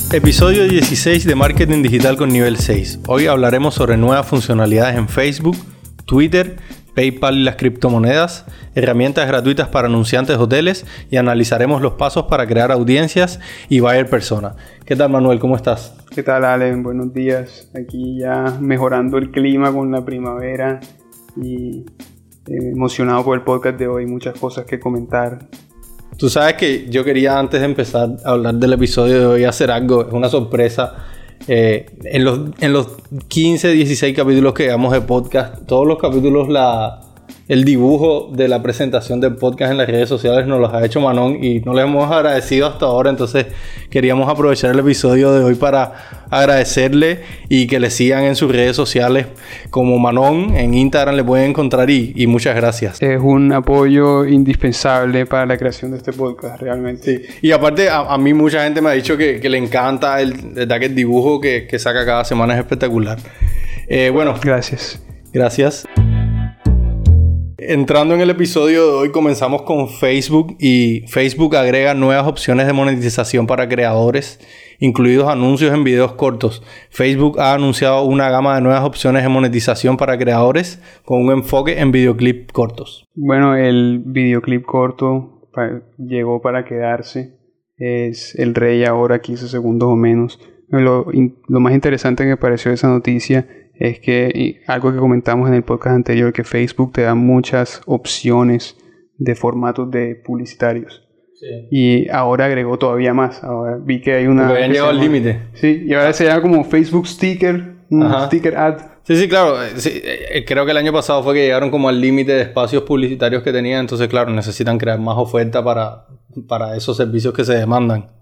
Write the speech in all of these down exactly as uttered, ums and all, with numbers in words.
Episodio dieciséis de Marketing Digital con Nivel seis. Hoy hablaremos sobre nuevas funcionalidades en Facebook, Twitter, PayPal y las criptomonedas, herramientas gratuitas para anunciantes de hoteles y analizaremos los pasos para crear audiencias y buyer persona. ¿Qué tal, Manuel? ¿Cómo estás? ¿Qué tal, Allen? Buenos días. Aquí ya mejorando el clima con la primavera y eh, emocionado por el podcast de hoy. Muchas cosas que comentar. Tú sabes que yo quería, antes de empezar a hablar del episodio de hoy, hacer algo. Es una sorpresa. Eh, en, los, en los quince, dieciséis capítulos que llevamos de podcast, todos los capítulos, la, el dibujo de la presentación del podcast en las redes sociales nos los ha hecho Manon y no le hemos agradecido hasta ahora. Entonces queríamos aprovechar el episodio de hoy para agradecerle y que le sigan en sus redes sociales como Manon. En Instagram le pueden encontrar y, y muchas gracias. Es un apoyo indispensable para la creación de este podcast, realmente. Sí. Y aparte a, a mí mucha gente me ha dicho que, que le encanta el, verdad que el dibujo que, que saca cada semana es espectacular. Eh, bueno, gracias. Gracias. Entrando en el episodio de hoy, comenzamos con Facebook y Facebook agrega nuevas opciones de monetización para creadores, incluidos anuncios en videos cortos. Facebook ha anunciado una gama de nuevas opciones de monetización para creadores con un enfoque en videoclips cortos. Bueno, el videoclip corto pa- llegó para quedarse. Es el rey ahora, quince segundos o menos. Lo, in- lo más interesante que me pareció de esa noticia es que, y algo que comentamos en el podcast anterior, que Facebook te da muchas opciones de formatos de publicitarios. Sí. Y ahora agregó todavía más. Ahora vi que hay una... Porque habían llegado al límite. Sí, y ahora se llama como Facebook Sticker, un Ajá. sticker ad. Sí, sí, claro. Sí, creo que el año pasado fue que llegaron como al límite de espacios publicitarios que tenían. Entonces, claro, necesitan crear más oferta para, para esos servicios que se demandan.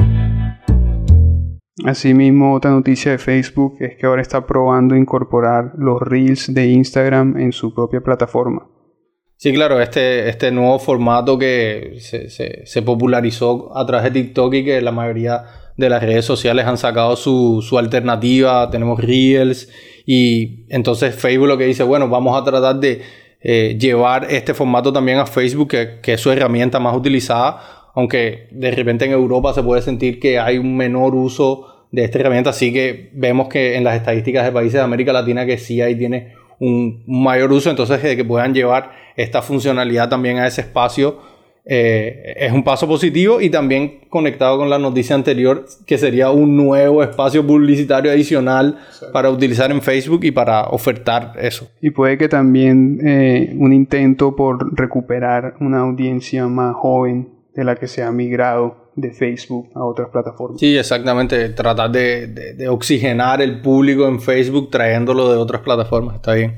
Asimismo, otra noticia de Facebook es que ahora está probando incorporar los Reels de Instagram en su propia plataforma. Sí, claro, este, este nuevo formato que se, se, se popularizó a través de TikTok y que la mayoría de las redes sociales han sacado su, su alternativa. Tenemos Reels y entonces Facebook lo que dice, bueno, vamos a tratar de eh, llevar este formato también a Facebook, que, que es su herramienta más utilizada. Aunque de repente en Europa se puede sentir que hay un menor uso de esta herramienta, sí que vemos que en las estadísticas de países de América Latina que sí ahí tiene un mayor uso. Entonces, de que puedan llevar esta funcionalidad también a ese espacio eh, es un paso positivo, y también conectado con la noticia anterior, que sería un nuevo espacio publicitario adicional sí. para utilizar en Facebook y para ofertar eso. Y puede que también eh, un intento por recuperar una audiencia más joven de la que se ha migrado de Facebook a otras plataformas. Sí, exactamente. Tratar de, de, de oxigenar el público en Facebook trayéndolo de otras plataformas. Está bien.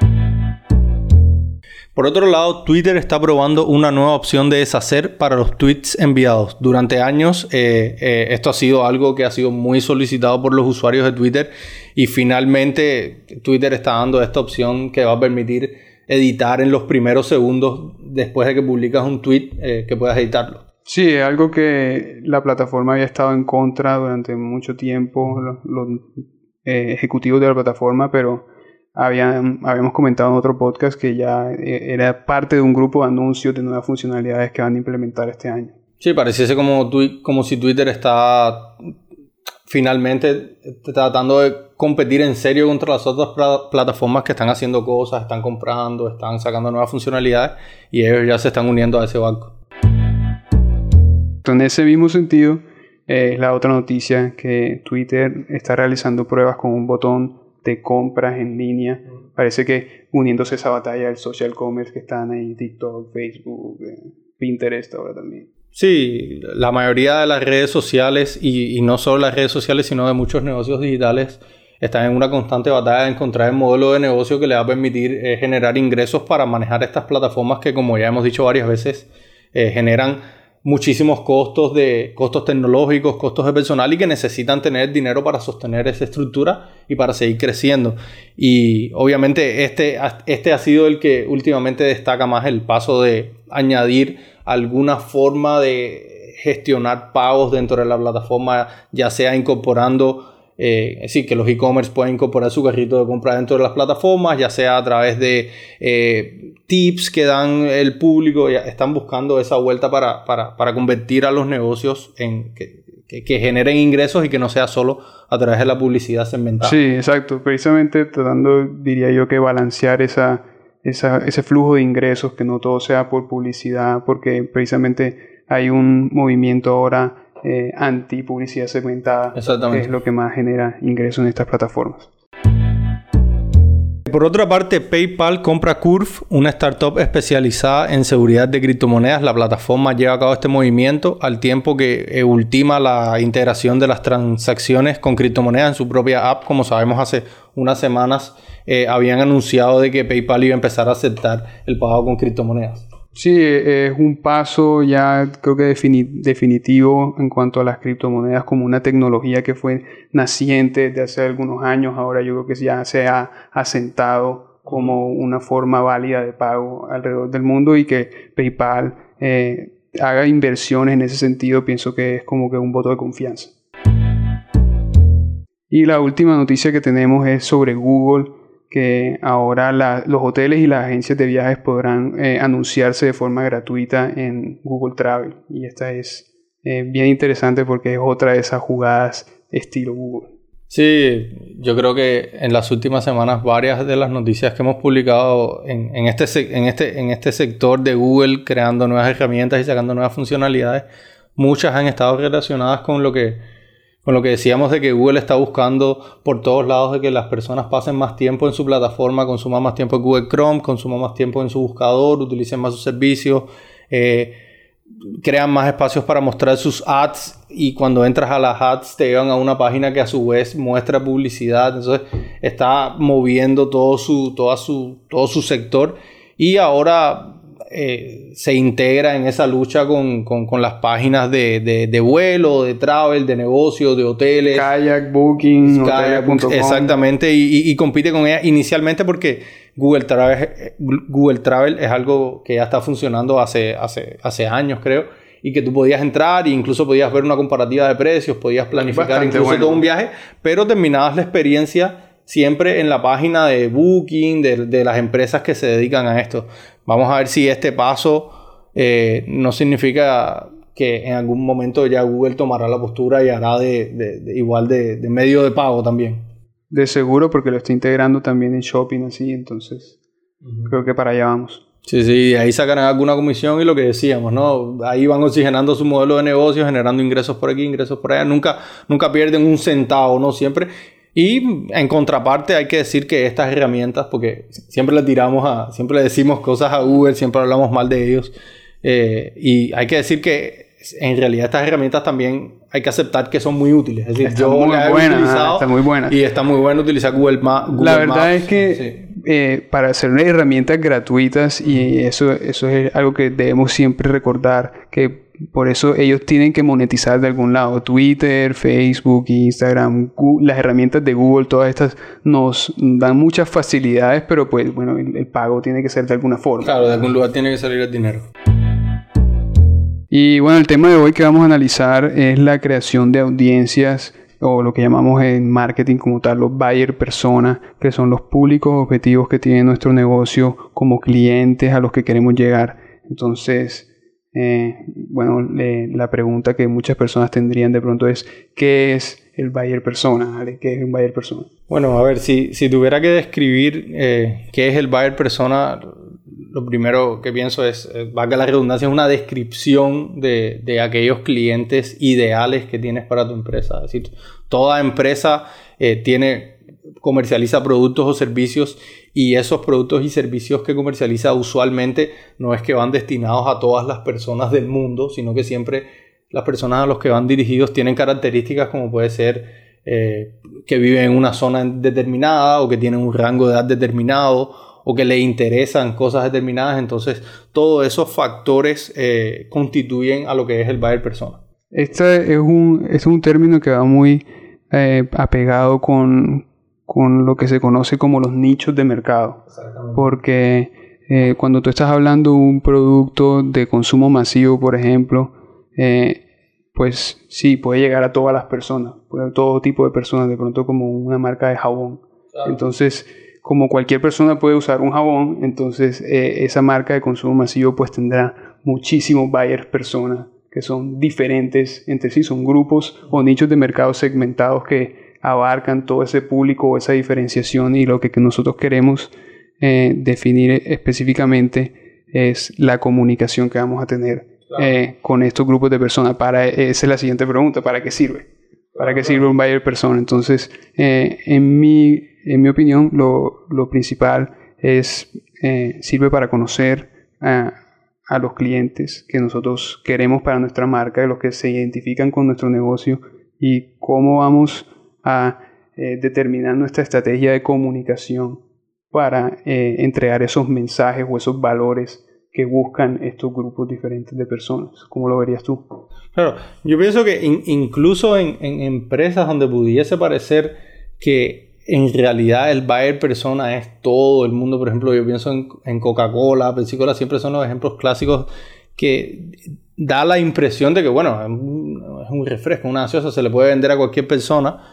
Por otro lado, Twitter está probando una nueva opción de deshacer para los tweets enviados. Durante años, eh, eh, esto ha sido algo que ha sido muy solicitado por los usuarios de Twitter, y finalmente Twitter está dando esta opción que va a permitir editar en los primeros segundos después de que publicas un tweet, eh, que puedas editarlo. Sí, es algo que la plataforma había estado en contra durante mucho tiempo, los, los eh, ejecutivos de la plataforma, pero habían, habíamos comentado en otro podcast que ya eh, era parte de un grupo de anuncios de nuevas funcionalidades que van a implementar este año. Sí, pareciese como, tu, como si Twitter está finalmente tratando de competir en serio contra las otras pl- plataformas que están haciendo cosas, están comprando, están sacando nuevas funcionalidades, y ellos ya se están uniendo a ese barco. En ese mismo sentido, eh, es la otra noticia, que Twitter está realizando pruebas con un botón de compras en línea. Mm. Parece que uniéndose a esa batalla del social commerce que están ahí, TikTok, Facebook, eh, Pinterest ahora también. Sí, la mayoría de las redes sociales, y, y no solo las redes sociales, sino de muchos negocios digitales, están en una constante batalla de encontrar el modelo de negocio que le va a permitir eh, generar ingresos para manejar estas plataformas que, como ya hemos dicho varias veces, eh, generan muchísimos costos de costos tecnológicos, costos de personal, y que necesitan tener dinero para sostener esa estructura y para seguir creciendo. Y obviamente este, este ha sido el que últimamente destaca más, el paso de añadir alguna forma de gestionar pagos dentro de la plataforma, ya sea incorporando Eh, es decir, que los e-commerce pueden incorporar su carrito de compra dentro de las plataformas, ya sea a través de eh, tips que dan el público. Ya están buscando esa vuelta para, para, para convertir a los negocios en que, que, que generen ingresos y que no sea solo a través de la publicidad segmentada. Sí, exacto. Precisamente tratando, diría yo, que balancear esa, esa, ese flujo de ingresos, que no todo sea por publicidad, porque precisamente hay un movimiento ahora eh, anti-publicidad segmentada, que es lo que más genera ingresos en estas plataformas. Por otra parte, PayPal compra Curve, una startup especializada en seguridad de criptomonedas. La plataforma lleva a cabo este movimiento al tiempo que ultima la integración de las transacciones con criptomonedas en su propia app. Como sabemos, hace unas semanas eh, habían anunciado de que PayPal iba a empezar a aceptar el pago con criptomonedas. Sí, es un paso ya creo que defini- definitivo en cuanto a las criptomonedas como una tecnología que fue naciente desde hace algunos años. Ahora yo creo que ya se ha asentado como una forma válida de pago alrededor del mundo, y que PayPal eh, haga inversiones en ese sentido, pienso que es como que un voto de confianza. Y la última noticia que tenemos es sobre Google, que ahora la, los hoteles y las agencias de viajes podrán eh, anunciarse de forma gratuita en Google Travel. Y esta es eh, bien interesante porque es otra de esas jugadas estilo Google. Sí, yo creo que en las últimas semanas varias de las noticias que hemos publicado en, en, este, en, este, en este sector de Google, creando nuevas herramientas y sacando nuevas funcionalidades, muchas han estado relacionadas con lo que Con lo que decíamos de que Google está buscando por todos lados de que las personas pasen más tiempo en su plataforma, consuman más tiempo en Google Chrome, consuman más tiempo en su buscador, utilicen más sus servicios, eh, crean más espacios para mostrar sus ads, y cuando entras a las ads te llevan a una página que a su vez muestra publicidad. Entonces está moviendo todo su, toda su, todo su sector, y ahora Eh, se integra en esa lucha con, con, con las páginas de, de, de vuelo, de travel, de negocios, de hoteles. Kayak, Booking, Kayak punto com. Exactamente, y, y, y compite con ella inicialmente porque Google Travel, Google Travel es algo que ya está funcionando hace, hace, hace años, creo, y que tú podías entrar e incluso podías ver una comparativa de precios, podías planificar Bastante incluso bueno. todo un viaje, pero terminabas la experiencia siempre en la página de Booking, de, de las empresas que se dedican a esto. Vamos a ver si este paso eh, no significa que en algún momento ya Google tomará la postura y hará de, de, de igual de, de medio de pago también. De seguro, porque lo está integrando también en shopping, así, entonces uh-huh. creo que para allá vamos. Sí, sí, ahí sacarán alguna comisión y lo que decíamos, ¿no? Ahí van oxigenando su modelo de negocio, generando ingresos por aquí, ingresos por allá. Nunca, nunca pierden un centavo, ¿no? Siempre. Y en contraparte hay que decir que estas herramientas, porque siempre le tiramos a, siempre le decimos cosas a Google, siempre hablamos mal de ellos, eh, y hay que decir que en realidad estas herramientas también hay que aceptar que son muy útiles. Es decir, está yo muy las he buena, utilizado está muy buena. Y está muy bueno utilizar Google Maps. Google La verdad Maps, es que sí. eh, para hacer herramientas gratuitas, y eso, eso es algo que debemos siempre recordar, que por eso ellos tienen que monetizar de algún lado. Twitter, Facebook, Instagram, Google, las herramientas de Google, todas estas nos dan muchas facilidades, pero pues bueno, el, el pago tiene que ser de alguna forma. Claro, de algún lugar tiene que salir el dinero. Y bueno, el tema de hoy que vamos a analizar es la creación de audiencias, o lo que llamamos en marketing como tal, los buyer persona, que son los públicos objetivos que tiene nuestro negocio como clientes a los que queremos llegar. Entonces, Eh, bueno, le, la pregunta que muchas personas tendrían de pronto es: ¿qué es el buyer persona? ¿Vale? ¿Qué es un buyer persona? Bueno, a ver, si, si tuviera que describir eh, qué es el buyer persona, lo primero que pienso es, eh, valga la redundancia, es una descripción de, de aquellos clientes ideales que tienes para tu empresa. Es decir, toda empresa eh, tiene, comercializa productos o servicios, y esos productos y servicios que comercializa usualmente no es que van destinados a todas las personas del mundo, sino que siempre las personas a las que van dirigidos tienen características como puede ser eh, que viven en una zona determinada, o que tienen un rango de edad determinado, o que les interesan cosas determinadas. Entonces todos esos factores eh, constituyen a lo que es el buyer persona. Este es un, es un término que va muy eh, apegado con... con lo que se conoce como los nichos de mercado. Porque eh, cuando tú estás hablando de un producto de consumo masivo, por ejemplo, eh, pues sí, puede llegar a todas las personas, a todo tipo de personas, de pronto como una marca de jabón. Claro. Entonces, como cualquier persona puede usar un jabón, entonces eh, esa marca de consumo masivo pues tendrá muchísimos buyers personas que son diferentes entre sí, son grupos o nichos de mercado segmentados que abarcan todo ese público o esa diferenciación, y lo que, que nosotros queremos eh, definir específicamente es la comunicación que vamos a tener claro. eh, con estos grupos de personas. Para, esa es la siguiente pregunta, ¿para qué sirve? ¿Para qué sirve un buyer persona? Entonces, eh, en, mi, en mi opinión, lo, lo principal es, eh, sirve para conocer a, a los clientes que nosotros queremos para nuestra marca, de los que se identifican con nuestro negocio, y cómo vamos a eh, determinar nuestra estrategia de comunicación para eh, entregar esos mensajes o esos valores que buscan estos grupos diferentes de personas. ¿Cómo lo verías tú? Claro, yo pienso que in, incluso en, en empresas donde pudiese parecer que en realidad el buyer persona es todo el mundo, por ejemplo, yo pienso en, en Coca-Cola, Pepsi-Cola, siempre son los ejemplos clásicos que da la impresión de que, bueno, es un, es un refresco, una gaseosa, se le puede vender a cualquier persona.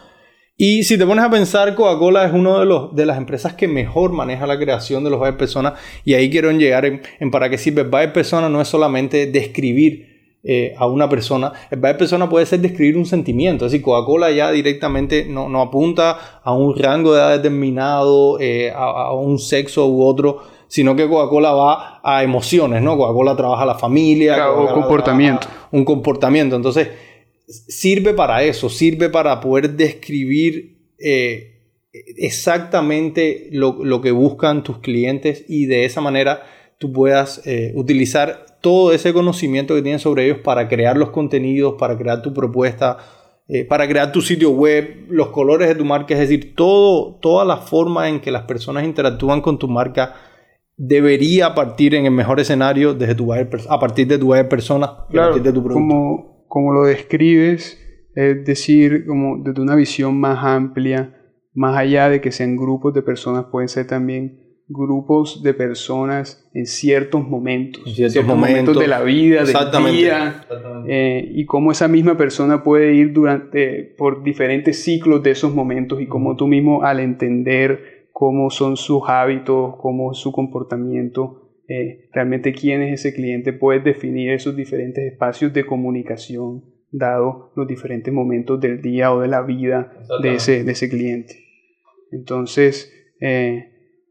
Y si te pones a pensar, Coca-Cola es una de, los, de las empresas que mejor maneja la creación de los buyer personas, y ahí quiero llegar en, en para qué sirve. El buyer persona no es solamente describir eh, a una persona, el buyer persona puede ser describir un sentimiento. Es decir, Coca-Cola ya directamente no, no apunta a un rango de edad determinado, eh, a, a un sexo u otro, sino que Coca-Cola va a emociones, ¿no? Coca-Cola trabaja la familia, claro, o comportamiento. Un comportamiento. Entonces, sirve para eso, sirve para poder describir eh, exactamente lo, lo que buscan tus clientes, y de esa manera tú puedas eh, utilizar todo ese conocimiento que tienes sobre ellos para crear los contenidos, para crear tu propuesta, eh, para crear tu sitio web, los colores de tu marca. Es decir, todo, toda la forma en que las personas interactúan con tu marca debería partir en el mejor escenario desde tu buyer, a partir de tu buyer persona, claro, a partir de tu producto. Como Como lo describes, es decir, como desde una visión más amplia, más allá de que sean grupos de personas, pueden ser también grupos de personas en ciertos momentos, en ciertos, ciertos momentos, momentos de la vida, del día, eh, y cómo esa misma persona puede ir durante, por diferentes ciclos de esos momentos, y cómo tú mismo, al entender cómo son sus hábitos, cómo es su comportamiento, Eh, realmente quién es ese cliente, puedes definir esos diferentes espacios de comunicación dado los diferentes momentos del día o de la vida de ese, de ese cliente. Entonces, eh,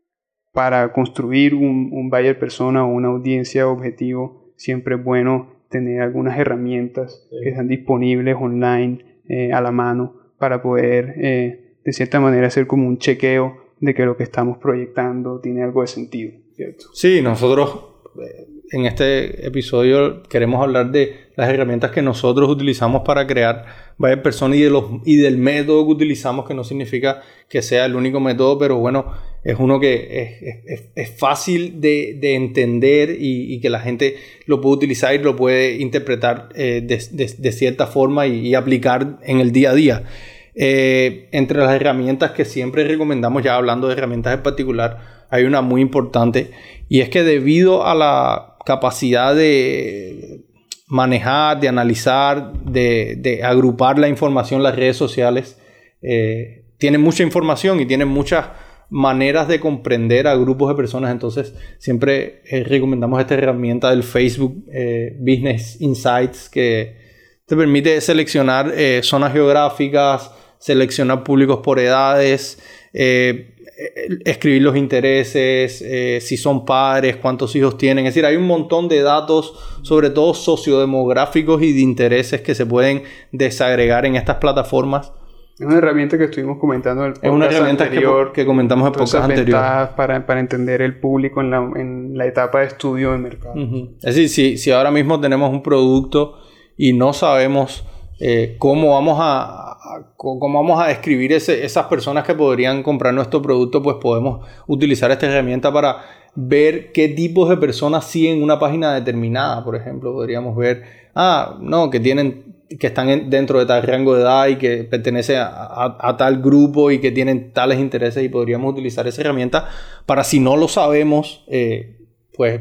para construir un, un buyer persona o una audiencia objetivo, siempre es bueno tener algunas herramientas sí. que están disponibles online, eh, a la mano, para poder eh, de cierta manera hacer como un chequeo de que lo que estamos proyectando tiene algo de sentido, ¿cierto? Sí, nosotros en este episodio queremos hablar de las herramientas que nosotros utilizamos para crear buyer persona, y, de los, y del método que utilizamos, que no significa que sea el único método, pero bueno, es uno que es, es, es fácil de, de entender, y, y que la gente lo puede utilizar y lo puede interpretar eh, de, de, de cierta forma y, y aplicar en el día a día. Eh, entre las herramientas que siempre recomendamos, ya hablando de herramientas en particular, hay una muy importante, y es que debido a la capacidad de manejar, de analizar, de, de agrupar la información, las redes sociales eh, tienen mucha información y tienen muchas maneras de comprender a grupos de personas. Entonces siempre eh, recomendamos esta herramienta del Facebook eh, Business Insights, que te permite seleccionar eh, zonas geográficas, seleccionar públicos por edades, eh, escribir los intereses, eh, si son padres, cuántos hijos tienen. Es decir, hay un montón de datos, sobre todo sociodemográficos y de intereses, que se pueden desagregar en estas plataformas. Es una herramienta que estuvimos comentando en el podcast anterior. Es una herramienta anterior, que, que comentamos en el podcast anterior. Para, para entender el público en la, en la etapa de estudio del mercado. Uh-huh. Es decir, si, si ahora mismo tenemos un producto y no sabemos eh, cómo vamos a, a cómo vamos a describir ese, esas personas que podrían comprar nuestro producto, pues podemos utilizar esta herramienta para ver qué tipos de personas siguen una página determinada. Por ejemplo, podríamos ver, ah, no, que tienen, que están en, dentro de tal rango de edad y que pertenece a, a, a tal grupo y que tienen tales intereses, y podríamos utilizar esa herramienta para, si no lo sabemos, eh, pues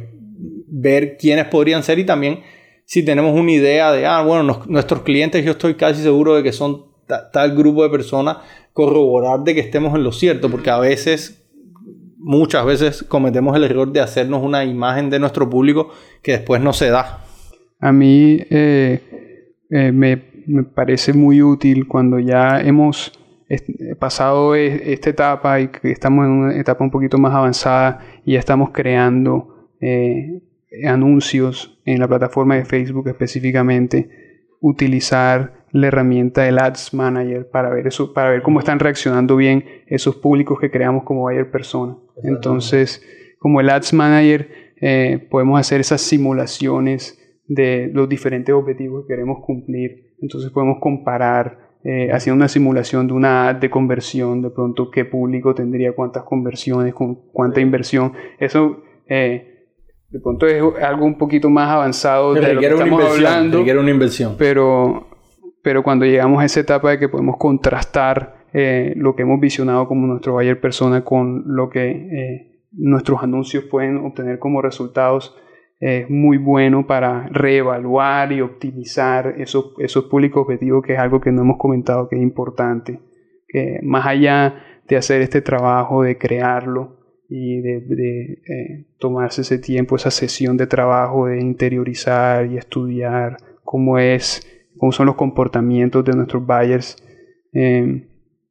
ver quiénes podrían ser, y también si tenemos una idea de, ah, bueno, nos, nuestros clientes, yo estoy casi seguro de que son ta, tal grupo de personas, corroborar de que estemos en lo cierto, porque a veces, muchas veces cometemos el error de hacernos una imagen de nuestro público que después no se da. A mí eh, eh, me, me parece muy útil cuando ya hemos pasado esta etapa y que estamos en una etapa un poquito más avanzada y ya estamos creando eh, anuncios en la plataforma de Facebook específicamente, utilizar la herramienta del Ads Manager para ver eso, para ver cómo están reaccionando bien esos públicos que creamos como buyer persona. Entonces, como el Ads Manager, eh, podemos hacer esas simulaciones de los diferentes objetivos que queremos cumplir. Entonces podemos comparar Eh, haciendo una simulación de una ad de conversión, de pronto qué público tendría cuántas conversiones, con cuánta inversión. Eso eh, de pronto es algo un poquito más avanzado de lo que estamos hablando. Requiere una inversión. Pero, pero cuando llegamos a esa etapa de que podemos contrastar eh, lo que hemos visionado como nuestro buyer persona con lo que eh, nuestros anuncios pueden obtener como resultados, es muy bueno para reevaluar y optimizar esos, esos públicos objetivos, que es algo que no hemos comentado que es importante. Que más allá de hacer este trabajo, de crearlo y de, de eh, tomarse ese tiempo, esa sesión de trabajo, de interiorizar y estudiar cómo es, cómo son los comportamientos de nuestros buyers, eh,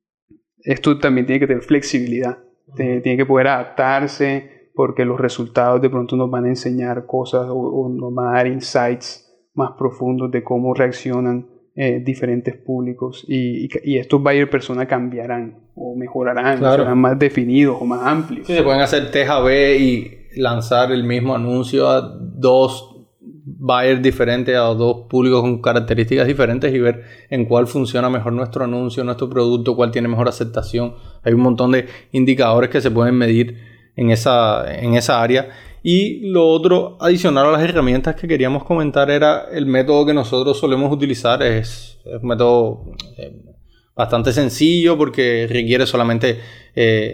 esto también tiene que tener flexibilidad, tiene que poder adaptarse, porque los resultados de pronto nos van a enseñar cosas o, o nos van a dar insights más profundos de cómo reaccionan eh, diferentes públicos y, y, y estos buyer persona cambiarán o mejorarán, claro. serán más definidos o más amplios. Sí, se pueden hacer test A B y lanzar el mismo anuncio a dos buyers diferentes, a dos públicos con características diferentes y ver en cuál funciona mejor nuestro anuncio, nuestro producto, cuál tiene mejor aceptación. Hay un montón de indicadores que se pueden medir en esa, en esa área. Y lo otro adicional a las herramientas que queríamos comentar era el método que nosotros solemos utilizar. Es, es un método eh, bastante sencillo porque requiere solamente eh,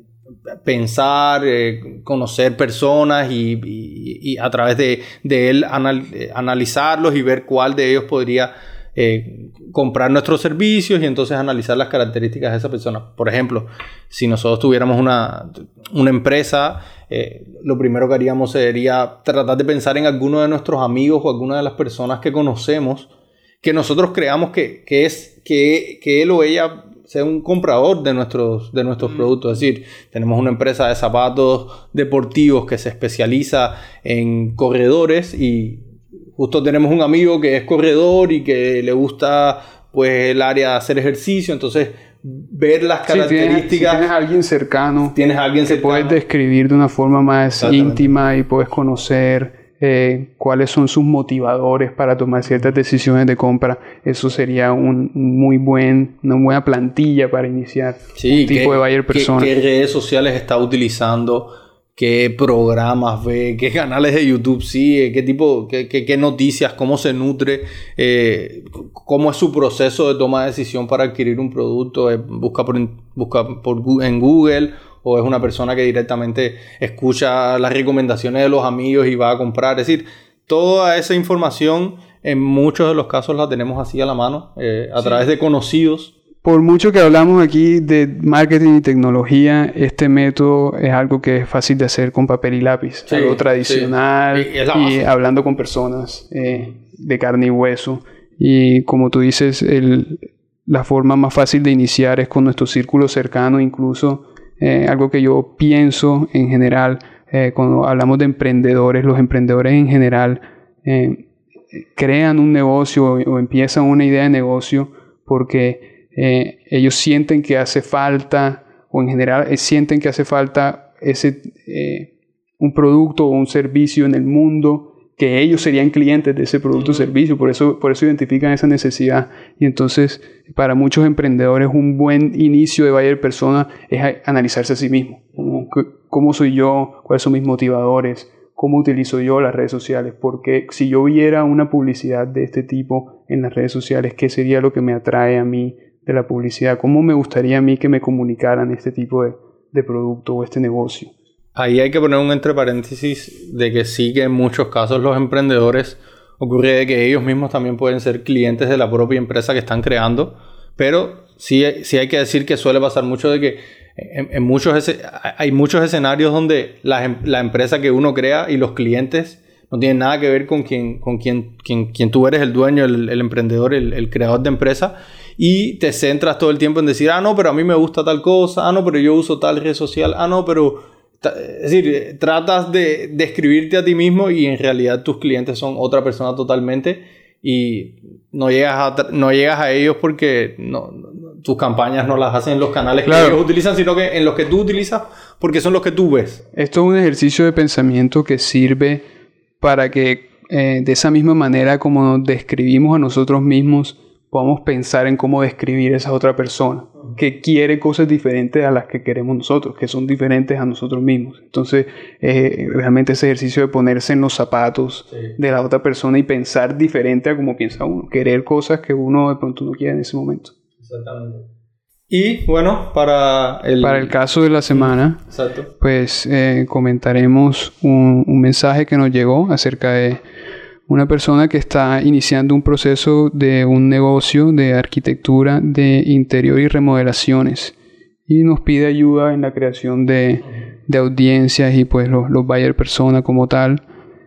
pensar, eh, conocer personas y, y, y a través de, de él anal, analizarlos y ver cuál de ellos podría Eh, comprar nuestros servicios y entonces analizar las características de esa persona. Por ejemplo, si nosotros tuviéramos una, una empresa, eh, lo primero que haríamos sería tratar de pensar en alguno de nuestros amigos o alguna de las personas que conocemos que nosotros creamos que, que, es, que, que él o ella sea un comprador de nuestros, de nuestros mm. productos. Es decir, tenemos una empresa de zapatos deportivos que se especializa en corredores y justo tenemos un amigo que es corredor y que le gusta pues el área de hacer ejercicio, entonces ver las características. Si tienes, si tienes a alguien cercano, tienes a alguien cercano, puedes describir de una forma más íntima y puedes conocer eh, cuáles son sus motivadores para tomar ciertas decisiones de compra. Eso sería un muy buen, una buena plantilla para iniciar sí, un tipo qué, de buyer persona. ¿Qué, qué redes sociales está utilizando? ¿Qué programas ve? ¿Qué canales de YouTube sigue? ¿Qué tipo, qué, qué, qué noticias? ¿Cómo se nutre? Eh, ¿Cómo es su proceso de toma de decisión para adquirir un producto? ¿Busca, por, busca por, en Google? ¿O es una persona que directamente escucha las recomendaciones de los amigos y va a comprar? Es decir, toda esa información en muchos de los casos la tenemos así a la mano, eh, a sí. través de conocidos. Por mucho que hablamos aquí de marketing y tecnología, este método es algo que es fácil de hacer con papel y lápiz. Sí, algo tradicional sí. y, y hablando con personas eh, de carne y hueso. Y como tú dices, el, la forma más fácil de iniciar es con nuestro círculo cercano. Incluso eh, algo que yo pienso en general, eh, cuando hablamos de emprendedores, los emprendedores en general eh, crean un negocio o, o empiezan una idea de negocio porque Eh, ellos sienten que hace falta, o en general eh, sienten que hace falta ese, eh, un producto o un servicio en el mundo, que ellos serían clientes de ese producto o servicio, por eso, por eso identifican esa necesidad. Y entonces, para muchos emprendedores, un buen inicio de buyer persona es analizarse a sí mismo. ¿Cómo, cómo soy yo? ¿Cuáles son mis motivadores? ¿Cómo utilizo yo las redes sociales? Porque si yo viera una publicidad de este tipo en las redes sociales, ¿qué sería lo que me atrae a mí de la publicidad? ¿Cómo me gustaría a mí que me comunicaran este tipo de, de producto o este negocio? Ahí hay que poner un entre paréntesis de que sí que en muchos casos los emprendedores ocurre de que ellos mismos también pueden ser clientes de la propia empresa que están creando, pero sí, sí hay que decir que suele pasar mucho de que en, en muchos hay muchos escenarios donde la, la empresa que uno crea y los clientes no tiene nada que ver con quien, con quien, quien, quien tú eres, el dueño, el, el emprendedor, el, el creador de empresa, y te centras todo el tiempo en decir, ah, no, pero a mí me gusta tal cosa, ah, no, pero yo uso tal red social, ah, no, pero... Es decir, tratas de describirte a ti mismo y en realidad tus clientes son otra persona totalmente y no llegas a, no llegas a ellos porque no, no, tus campañas no las hacen en los canales claro. que ellos utilizan, sino que en los que tú utilizas porque son los que tú ves. Esto es un ejercicio de pensamiento que sirve para que eh, de esa misma manera como nos describimos a nosotros mismos, podamos pensar en cómo describir a esa otra persona que quiere cosas diferentes a las que queremos nosotros, que son diferentes a nosotros mismos. Entonces, eh, realmente ese ejercicio de ponerse en los zapatos sí. de la otra persona y pensar diferente a como piensa uno, querer cosas que uno de pronto no quiere en ese momento. Exactamente. Y bueno, para el... Para el caso de la semana, Exacto. pues eh, comentaremos un, un mensaje que nos llegó acerca de una persona que está iniciando un proceso de un negocio de arquitectura de interior y remodelaciones y nos pide ayuda en la creación de, de audiencias y pues los, los buyer persona como tal.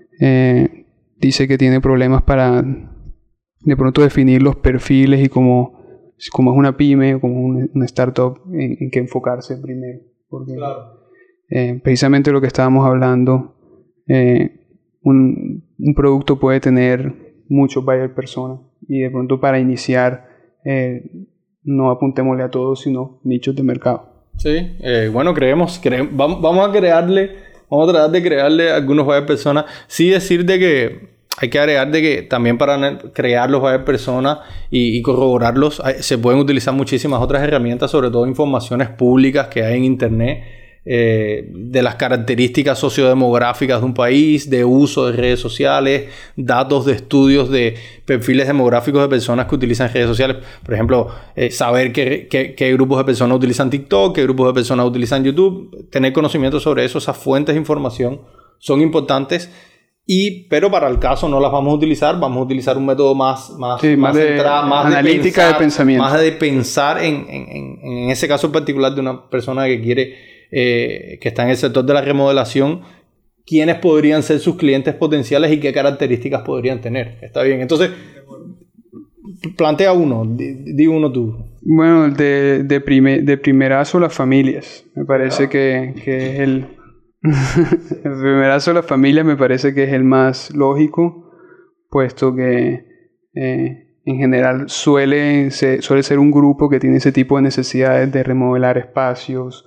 Eh, dice que tiene problemas para de pronto definir los perfiles y como, como es una pyme o como un, una startup en, en qué enfocarse primero. Porque claro. eh, precisamente lo que estábamos hablando, eh, Un, un producto puede tener muchos buyer personas y de pronto para iniciar eh, no apuntémosle a todos sino nichos de mercado. Sí, eh, bueno, creemos, creemos vamos, vamos a crearle, vamos a tratar de crearle algunos buyer personas. Sí decir de que hay que agregar de que también para crear los buyer personas y, y corroborarlos hay, se pueden utilizar muchísimas otras herramientas, sobre todo informaciones públicas que hay en internet. Eh, de las características sociodemográficas de un país, de uso de redes sociales, datos de estudios de perfiles demográficos de personas que utilizan redes sociales. Por ejemplo, eh, saber qué, qué, qué grupos de personas utilizan TikTok, qué grupos de personas utilizan YouTube. Tener conocimiento sobre eso, esas fuentes de información son importantes. Y, pero para el caso no las vamos a utilizar, vamos a utilizar un método más, más, sí, más, más de centrado, más analítica de, pensar, de pensamiento. Más de pensar en, en, en, en ese caso en particular de una persona que quiere... Eh, que está en el sector de la remodelación, quiénes podrían ser sus clientes potenciales y qué características podrían tener. Está bien, entonces plantea uno, di, di uno tú. Bueno, de, de, prime, de primerazo las familias, me parece ah. que, que es el de primerazo las familias me parece que es el más lógico, puesto que eh, en general suele, se, suele ser un grupo que tiene ese tipo de necesidades de remodelar espacios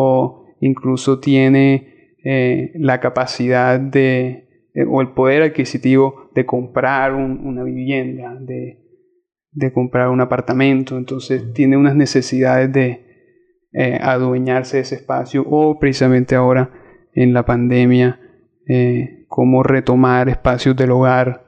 o incluso tiene eh, la capacidad de eh, o el poder adquisitivo de comprar un, una vivienda, de, de comprar un apartamento. Entonces tiene unas necesidades de eh, adueñarse de ese espacio, o precisamente ahora en la pandemia eh, cómo retomar espacios del hogar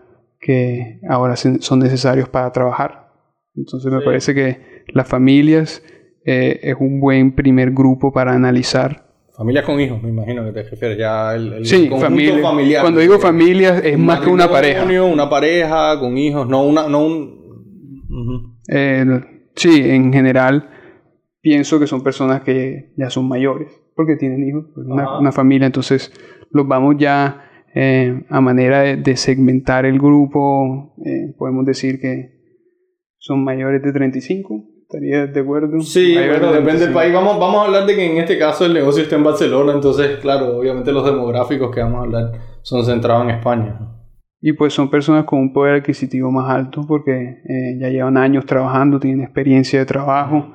que ahora son necesarios para trabajar. Entonces me sí. parece que las familias Eh, es un buen primer grupo para analizar. Familias con hijos, me imagino que te refieres ya el, el sí, familia, familiar. Cuando digo familias es un más que una pareja. Una pareja con hijos, no una, no un. Uh-huh. Eh, sí, en general pienso que son personas que ya son mayores porque tienen hijos, una, una familia. Entonces los vamos ya eh, a manera de, de segmentar el grupo. Eh, podemos decir que son mayores de treinta y cinco. ¿Estarías de acuerdo? Sí, bueno, depende del país. Vamos, vamos a hablar de que en este caso el negocio está en Barcelona, entonces, claro, obviamente los demográficos que vamos a hablar son centrados en España. Y pues son personas con un poder adquisitivo más alto porque eh, ya llevan años trabajando, tienen experiencia de trabajo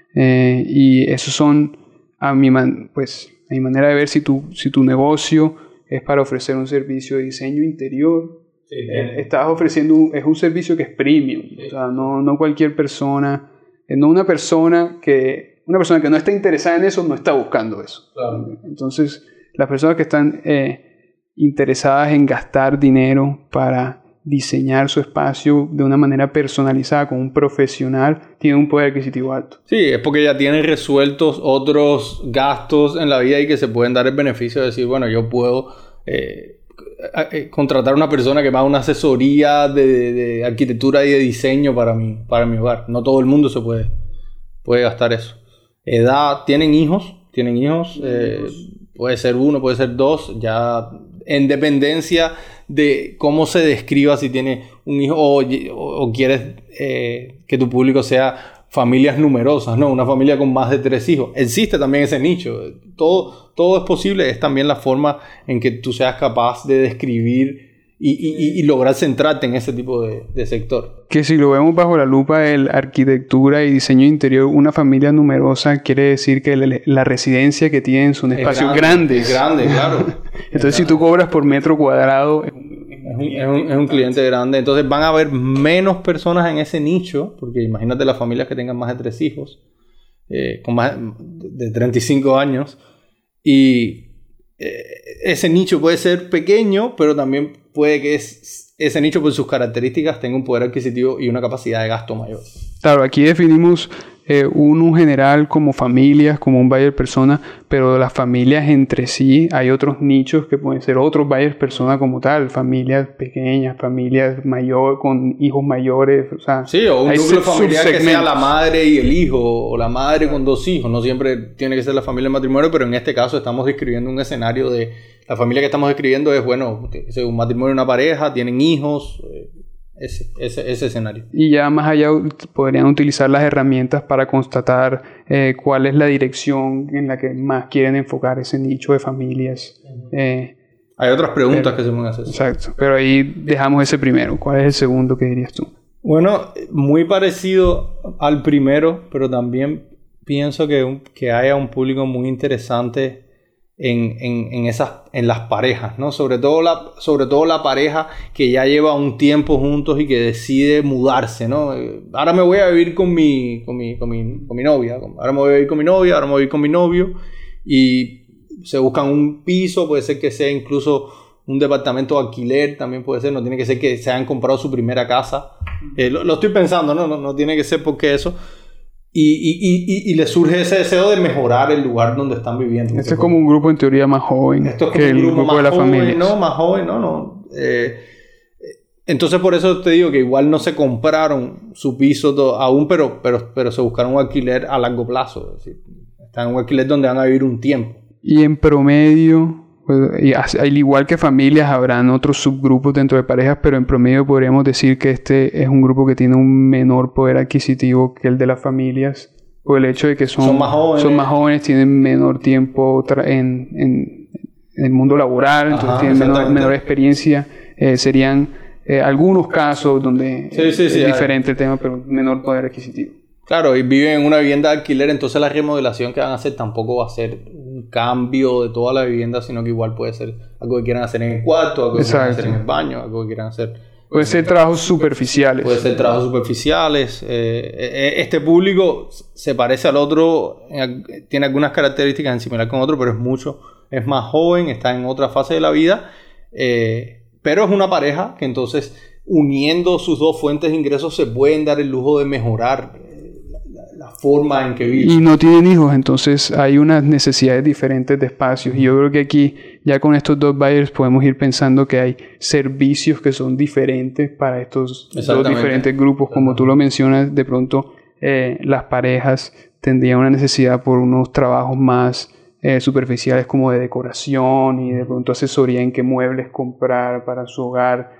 eh, y esos son, a mi, man, pues, a mi manera de ver, si tu, si tu negocio es para ofrecer un servicio de diseño interior, sí, eh, estás ofreciendo un, es un servicio que es premium, sí. O sea, no, no cualquier persona... No una persona que una persona que no está interesada en eso no está buscando eso. Claro. Entonces, las personas que están eh, interesadas en gastar dinero para diseñar su espacio de una manera personalizada con un profesional tienen un poder adquisitivo alto. Sí, es porque ya tienen resueltos otros gastos en la vida y que se pueden dar el beneficio de decir, bueno, yo puedo eh, contratar a una persona que me haga una asesoría de, de, de arquitectura y de diseño para mi, para mi hogar. No todo el mundo se puede, puede gastar eso. Edad, ¿tienen hijos? ¿Tienen hijos? Eh, puede ser uno, puede ser dos. Ya en dependencia de cómo se describa si tienes un hijo o, o, o quieres eh, que tu público sea familias numerosas, ¿no? Una familia con más de tres hijos. Existe también ese nicho. Todo, todo es posible. Es también la forma en que tú seas capaz de describir y, y, y lograr centrarte en ese tipo de, de sector. Que si lo vemos bajo la lupa de arquitectura y diseño interior, una familia numerosa quiere decir que la, la residencia que tienen son espacios grandes. Es grande, claro. Entonces, si tú cobras por metro cuadrado... Es un, es, un, es un cliente grande. Entonces, van a haber menos personas en ese nicho, porque imagínate las familias que tengan más de tres hijos, eh, con más de treinta y cinco años, y eh, ese nicho puede ser pequeño, pero también puede que es, ese nicho por sus características tenga un poder adquisitivo y una capacidad de gasto mayor. Claro, aquí definimos eh, uno general como familias, como un buyer persona, pero las familias entre sí hay otros nichos que pueden ser otros buyer persona como tal, familias pequeñas, familias mayor con hijos mayores, o sea, sí, o un núcleo familiar que sea la madre y el hijo, o la madre con dos hijos. No siempre tiene que ser la familia de matrimonio, pero en este caso estamos describiendo un escenario de la familia que estamos describiendo es, bueno, es un matrimonio, una pareja, tienen hijos, ese, ese, ese escenario. Y ya más allá podrían utilizar las herramientas para constatar eh, cuál es la dirección en la que más quieren enfocar ese nicho de familias. Eh, Hay otras preguntas pero, que se pueden hacer. Exacto, pero ahí dejamos ese primero. ¿Cuál es el segundo que dirías tú? Bueno, muy parecido al primero, pero también pienso que, un, que haya un público muy interesante En, en, en, esas, en las parejas, ¿no? Sobre todo, la, sobre todo la pareja que ya lleva un tiempo juntos y que decide mudarse, ¿no? Ahora me voy a vivir con mi, con mi, con mi, con mi novia, ahora me voy a vivir con mi novia, ahora me voy a vivir con mi novio, y se buscan un piso, puede ser que sea incluso un departamento de alquiler, también puede ser, no tiene que ser que se hayan comprado su primera casa, eh, lo, lo estoy pensando, ¿no? No, no tiene que ser porque eso. Y, y, y, y le surge ese deseo de mejorar el lugar donde están viviendo. Este es como un grupo en teoría más joven Esto es que como un el grupo, grupo más de la joven, familia. No, más joven, no, no. Eh, entonces por eso te digo que igual no se compraron su piso to- aún, pero, pero, pero se buscaron un alquiler a largo plazo. Es decir, están en un alquiler donde van a vivir un tiempo. Y en promedio, pues, y al igual que familias, habrán otros subgrupos dentro de parejas, pero en promedio podríamos decir que este es un grupo que tiene un menor poder adquisitivo que el de las familias, por el hecho de que son, son, más, jóvenes. son más jóvenes, tienen menor tiempo tra- en, en, en el mundo laboral, entonces Ajá, tienen menor, menor experiencia. Eh, serían eh, algunos casos donde sí, sí, es sí, diferente el tema, pero menor poder adquisitivo. Claro, y viven en una vivienda de alquiler, entonces la remodelación que van a hacer tampoco va a ser un cambio de toda la vivienda, sino que igual puede ser algo que quieran hacer en el cuarto, algo que Exacto. quieran hacer en el baño, algo que quieran hacer... Puede ser trabajos superficiales. Puede ser trabajos superficiales. Eh, este público se parece al otro, tiene algunas características en similar con otro, pero es mucho, es más joven, está en otra fase de la vida, eh, pero es una pareja que entonces, uniendo sus dos fuentes de ingresos, se pueden dar el lujo de mejorar la forma en que viven. Y no tienen hijos, entonces hay unas necesidades diferentes de espacios. Y yo creo que aquí, ya con estos dos buyers, podemos ir pensando que hay servicios que son diferentes para estos dos diferentes grupos. Como tú lo mencionas, de pronto eh, las parejas tendrían una necesidad por unos trabajos más eh, superficiales como de decoración y de pronto asesoría en qué muebles comprar para su hogar.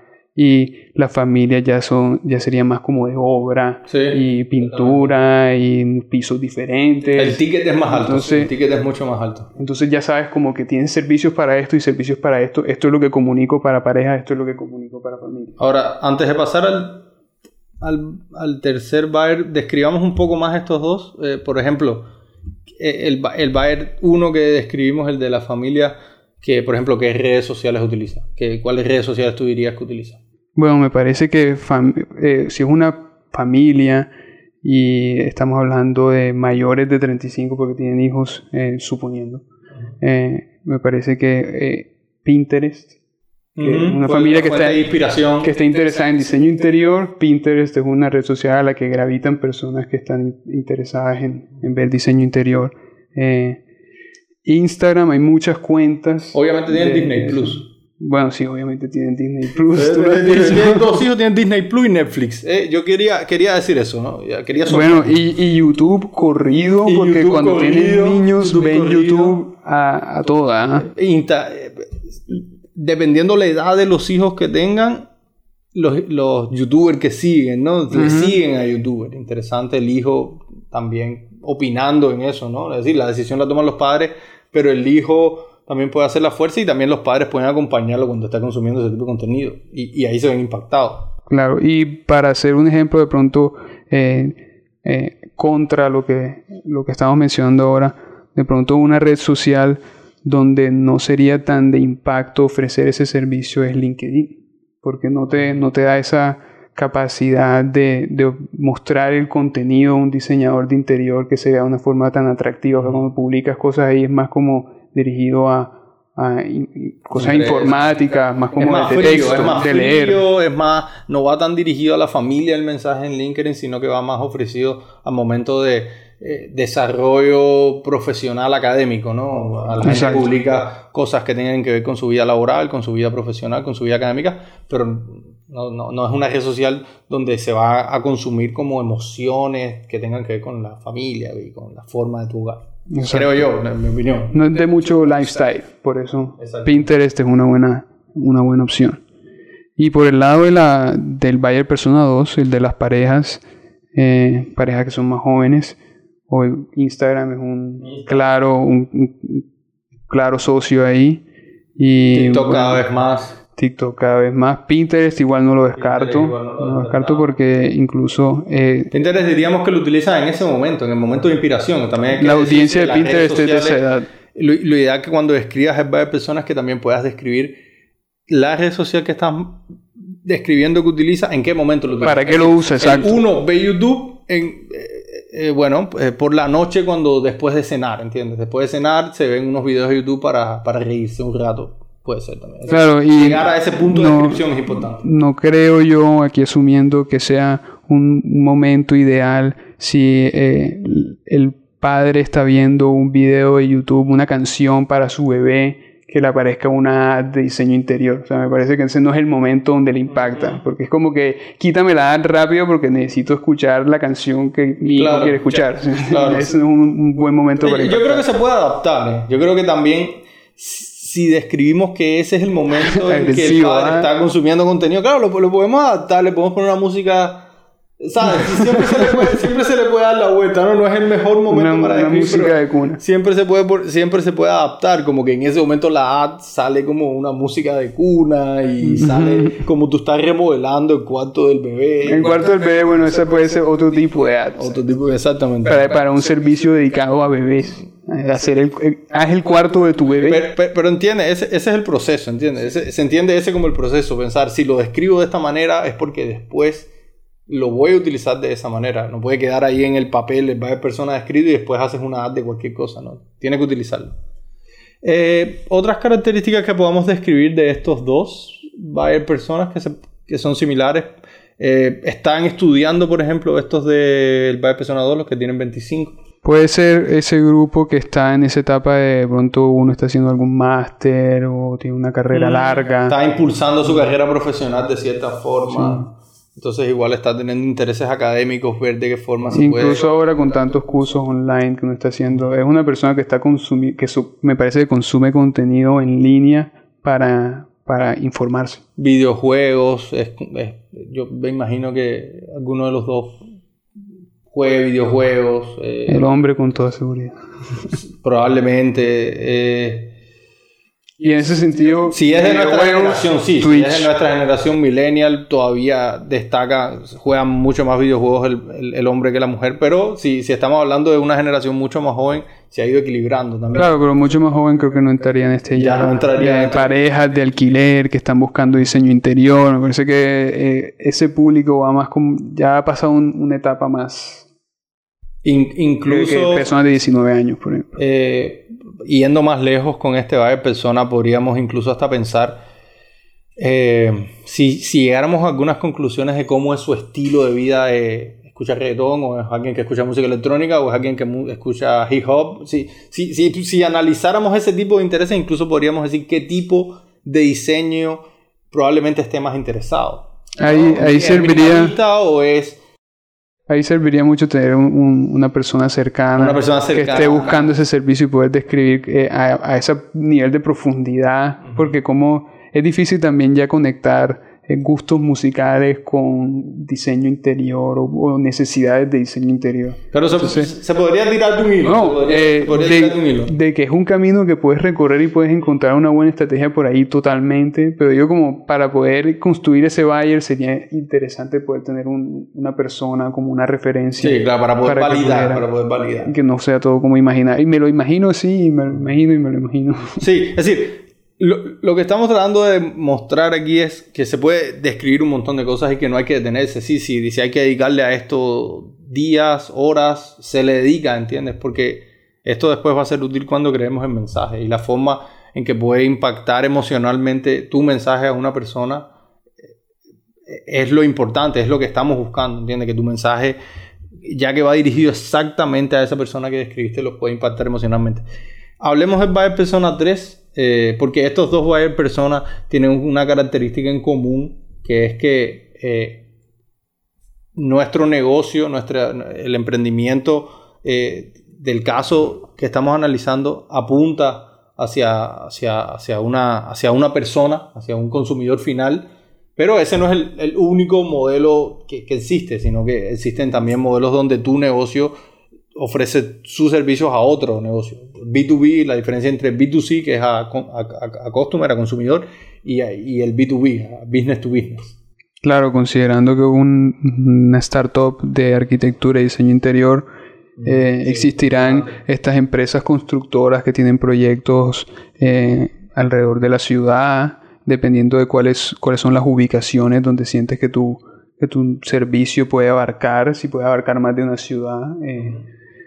Y las familias ya son ya serían más como de obra, sí, y pintura, totalmente. Y pisos diferentes. El ticket es más alto. Entonces, el ticket es mucho más alto. Entonces ya sabes como que tienen servicios para esto y servicios para esto. Esto es lo que comunico para pareja, esto es lo que comunico para familia. Ahora, antes de pasar al, al, al tercer buyer, describamos un poco más estos dos. Eh, por ejemplo, el, el buyer uno que describimos, el de la familia, que por ejemplo, ¿qué redes sociales utiliza? ¿Qué, ¿Cuáles redes sociales tú dirías que utiliza? Bueno, me parece que fam- eh, si es una familia y estamos hablando de mayores de treinta y cinco porque tienen hijos, eh, suponiendo, eh, me parece que eh, Pinterest, que uh-huh. una pues familia que está, inspiración. que está interesada en diseño interior, Pinterest es una red social a la que gravitan personas que están interesadas en, en ver diseño interior. Eh, Instagram, hay muchas cuentas. Obviamente tienen de, Disney Plus. Bueno, sí, obviamente tienen Disney Plus. Tienen dos hijos, tienen Disney Plus y Netflix. Eh, yo quería, quería decir eso, ¿no? Quería bueno, y, y YouTube corrido, y porque YouTube cuando corrido, tienen niños YouTube ven corrido. YouTube a, a toda. Insta, dependiendo la edad de los hijos que tengan, los, los youtubers que siguen, ¿no? Uh-huh. Siguen a youtubers. Interesante el hijo también opinando en eso, ¿no? Es decir, la decisión la toman los padres, pero el hijo también puede hacer la fuerza y también los padres pueden acompañarlo cuando está consumiendo ese tipo de contenido. Y, y ahí se ven impactados. Claro, y para hacer un ejemplo de pronto eh, eh, contra lo que, lo que estamos mencionando ahora, de pronto una red social donde no sería tan de impacto ofrecer ese servicio es LinkedIn, porque no te, no te da esa capacidad de, de mostrar el contenido de un diseñador de interior que se vea de una forma tan atractiva. O sea, cuando publicas cosas ahí es más como dirigido a, a in, cosas Hombre, informáticas, más como más de frío, texto, es más de frío, leer. Es más, no va tan dirigido a la familia el mensaje en LinkedIn, sino que va más ofrecido al momento de eh, desarrollo profesional académico, ¿no? A la gente publica cosas que tengan que ver con su vida laboral, con su vida profesional, con su vida académica, pero no, no, no es una red social donde se va a consumir como emociones que tengan que ver con la familia y con la forma de tu hogar. Exacto. Creo yo, en mi opinión. No es de mucho lifestyle, por eso Exacto. Pinterest es una buena, una buena opción. Y por el lado de la, del Buyer Persona dos, el de las parejas, eh, parejas que son más jóvenes, o Instagram es un claro, un, un claro socio ahí. Y, TikTok bueno, cada vez más. TikTok cada vez más. Pinterest igual no lo descarto. No lo, no lo descarto porque incluso... Eh, Pinterest diríamos que lo utilizan en ese momento, en el momento de inspiración. También hay que la audiencia de Pinterest es de esa edad. Lo, lo ideal es que cuando describas es varias personas que también puedas describir la red social que estás describiendo que utiliza, en qué momento lo utilizas. ¿Para qué lo usa? Exacto. Uno ve YouTube en... Eh, Eh, bueno, eh, por la noche cuando después de cenar, ¿entiendes? Después de cenar se ven unos videos de YouTube para, para reírse un rato. Puede ser también. Claro, y llegar a ese punto no, de descripción es importante. No creo yo, aquí asumiendo que sea un momento ideal, si eh, el padre está viendo un video de YouTube, una canción para su bebé, que le aparezca una ad de diseño interior. O sea, me parece que ese no es el momento donde le impacta. Porque es como que quítame la ad rápido porque necesito escuchar la canción que mi claro, hijo quiere escuchar. Claro. Es un, un buen momento para impactar. Yo creo que se puede adaptar. ¿eh? Yo creo que también si describimos que ese es el momento en que el padre ¿eh? está consumiendo contenido, claro, lo, lo podemos adaptar. Le podemos poner una música... ¿Sabes? Siempre se, le puede, siempre se le puede dar la vuelta, ¿no? No es el mejor momento una, para describir, una música de cuna. Siempre se, puede, siempre se puede adaptar, como que en ese momento la ad sale como una música de cuna y sale como tú estás remodelando el cuarto del bebé. El cuarto del bebé, bueno, ese puede ser otro tipo de ad. Otro tipo, exactamente. Para, para un servicio dedicado a bebés. Hacer el, el, haz el cuarto de tu bebé. Pero, pero, pero entiende, ese, ese es el proceso, ¿entiendes? Ese, se entiende ese como el proceso, pensar, si lo describo de esta manera es porque después... lo voy a utilizar de esa manera. No puede quedar ahí en el papel, el buyer persona escrito y después haces una ad de cualquier cosa, ¿no? Tiene que utilizarlo. Eh, otras características que podamos describir de estos dos buyer personas que, se, que son similares. Eh, están estudiando, por ejemplo, estos del buyer persona dos, los que tienen veinticinco. Puede ser ese grupo que está en esa etapa de pronto uno está haciendo algún máster o tiene una carrera mm, larga. Está impulsando su carrera profesional de cierta forma. Sí. Entonces igual está teniendo intereses académicos, ver de qué forma se Incluso puede... Incluso ahora con tantos cursos online que uno está haciendo, es una persona que está consumiendo, que su, me parece que consume contenido en línea para, para informarse. Videojuegos, es, es, yo me imagino que alguno de los dos juegue videojuegos. Eh, El hombre con toda seguridad. Probablemente... Eh, y en ese sentido, si es de nuestra generación, sí, si es de nuestra generación millennial, todavía destaca, juegan mucho más videojuegos el, el, el hombre que la mujer, pero si, si estamos hablando de una generación mucho más joven, se ha ido equilibrando también. Claro, pero mucho más joven creo que no entraría en este ya, ya no entraría de en parejas de alquiler que están buscando diseño interior. Me parece que eh, ese público va más como, ya ha pasado un, una etapa más. In, incluso que, que personas de diecinueve años, por ejemplo. Eh, Yendo más lejos con este buyer persona, podríamos incluso hasta pensar eh, si, si llegáramos a algunas conclusiones de cómo es su estilo de vida, eh, escucha reggaetón o es alguien que escucha música electrónica o es alguien que mu- escucha hip hop. Si, si, si, si analizáramos ese tipo de intereses, incluso podríamos decir qué tipo de diseño probablemente esté más interesado. Ahí, ¿no? ahí ¿Es serviría... o es... Ahí serviría mucho tener un, un, una persona cercana, una persona cercana que esté buscando ese servicio y poder describir eh, a, a ese nivel de profundidad, uh-huh. porque como es difícil también ya conectar gustos musicales con diseño interior o, o necesidades de diseño interior. Pero se, Entonces, se podría tirar de un hilo. No, se podría, eh, se podría de, tirar de un hilo. De que es un camino que puedes recorrer y puedes encontrar una buena estrategia por ahí totalmente, pero yo como para poder construir ese buyer sería interesante poder tener un, una persona como una referencia. Sí, claro, para poder para validar, pudiera, para poder validar. Que no sea todo como imaginar. Y me lo imagino, sí, y me lo imagino y me lo imagino. Sí, es decir, Lo, lo que estamos tratando de mostrar aquí es que se puede describir un montón de cosas y que no hay que detenerse. Sí, sí, si hay que dedicarle a esto días, horas, se le dedica, ¿entiendes? Porque esto después va a ser útil cuando creemos el mensaje. Y la forma en que puede impactar emocionalmente tu mensaje a una persona es lo importante, es lo que estamos buscando, ¿entiendes? Que tu mensaje, ya que va dirigido exactamente a esa persona que describiste, los puede impactar emocionalmente. Hablemos del buyer persona tres. Eh, porque estos dos buyer personas tienen una característica en común, que es que eh, nuestro negocio, nuestra, el emprendimiento eh, del caso que estamos analizando apunta hacia, hacia, hacia, una, hacia una persona, hacia un consumidor final, pero ese no es el, el único modelo que, que existe, sino que existen también modelos donde tu negocio ofrece sus servicios a otro negocio. B dos B, la diferencia entre B dos C, que es a, a, a, a customer, a consumidor, y, a, y el B dos B, a business to business. Claro, considerando que un, una startup de arquitectura y diseño interior, eh, sí, existirán sí. estas empresas constructoras que tienen proyectos eh, alrededor de la ciudad, dependiendo de cuáles, cuáles son las ubicaciones donde sientes que tu, que tu servicio puede abarcar, si puede abarcar más de una ciudad. Eh,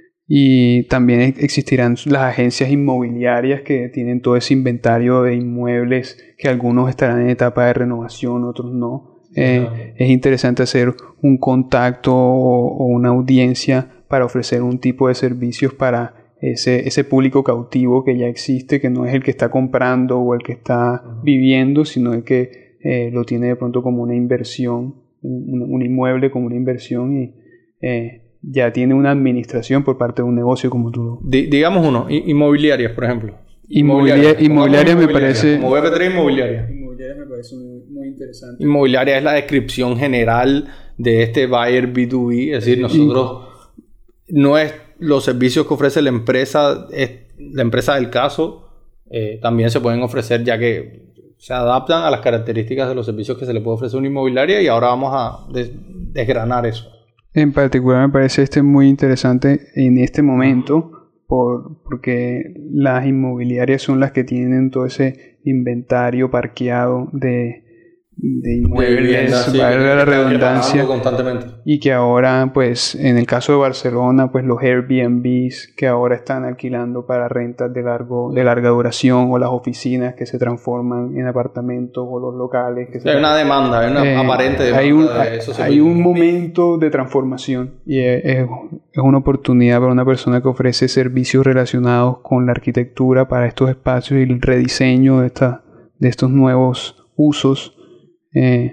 Y también existirán las agencias inmobiliarias que tienen todo ese inventario de inmuebles, que algunos estarán en etapa de renovación, otros no. Eh, uh-huh. Es interesante hacer un contacto o, o una audiencia para ofrecer un tipo de servicios para ese, ese público cautivo que ya existe, que no es el que está comprando o el que está uh-huh. viviendo, sino el que eh, lo tiene de pronto como una inversión, un, un inmueble como una inversión y... Eh, ya tiene una administración por parte de un negocio como tú. D- digamos uno, inmobiliarias, por ejemplo. Inmobiliaria, inmobiliaria me parece... Como B P tres inmobiliaria. Inmobiliaria me parece muy, muy interesante. Inmobiliaria es la descripción general de este buyer B dos B. Es decir, nosotros... Y... no es los servicios que ofrece la empresa, es la empresa del caso. Eh, también se pueden ofrecer ya que se adaptan a las características de los servicios que se le puede ofrecer a una inmobiliaria. Y ahora vamos a des- desgranar eso. En particular me parece este muy interesante en este momento por, porque las inmobiliarias son las que tienen todo ese inventario parqueado de, de inmuebles, sí, valga la redundancia, constantemente. Y que ahora, pues, en el caso de Barcelona, pues los Airbnbs que ahora están alquilando para rentas de largo, de larga duración, o las oficinas que se transforman en apartamentos, o los locales que se hay una demanda, hay una eh, aparente demanda. Hay un, de eso hay un momento de transformación y es, es, es una oportunidad para una persona que ofrece servicios relacionados con la arquitectura para estos espacios y el rediseño de, esta, de estos nuevos usos. Eh,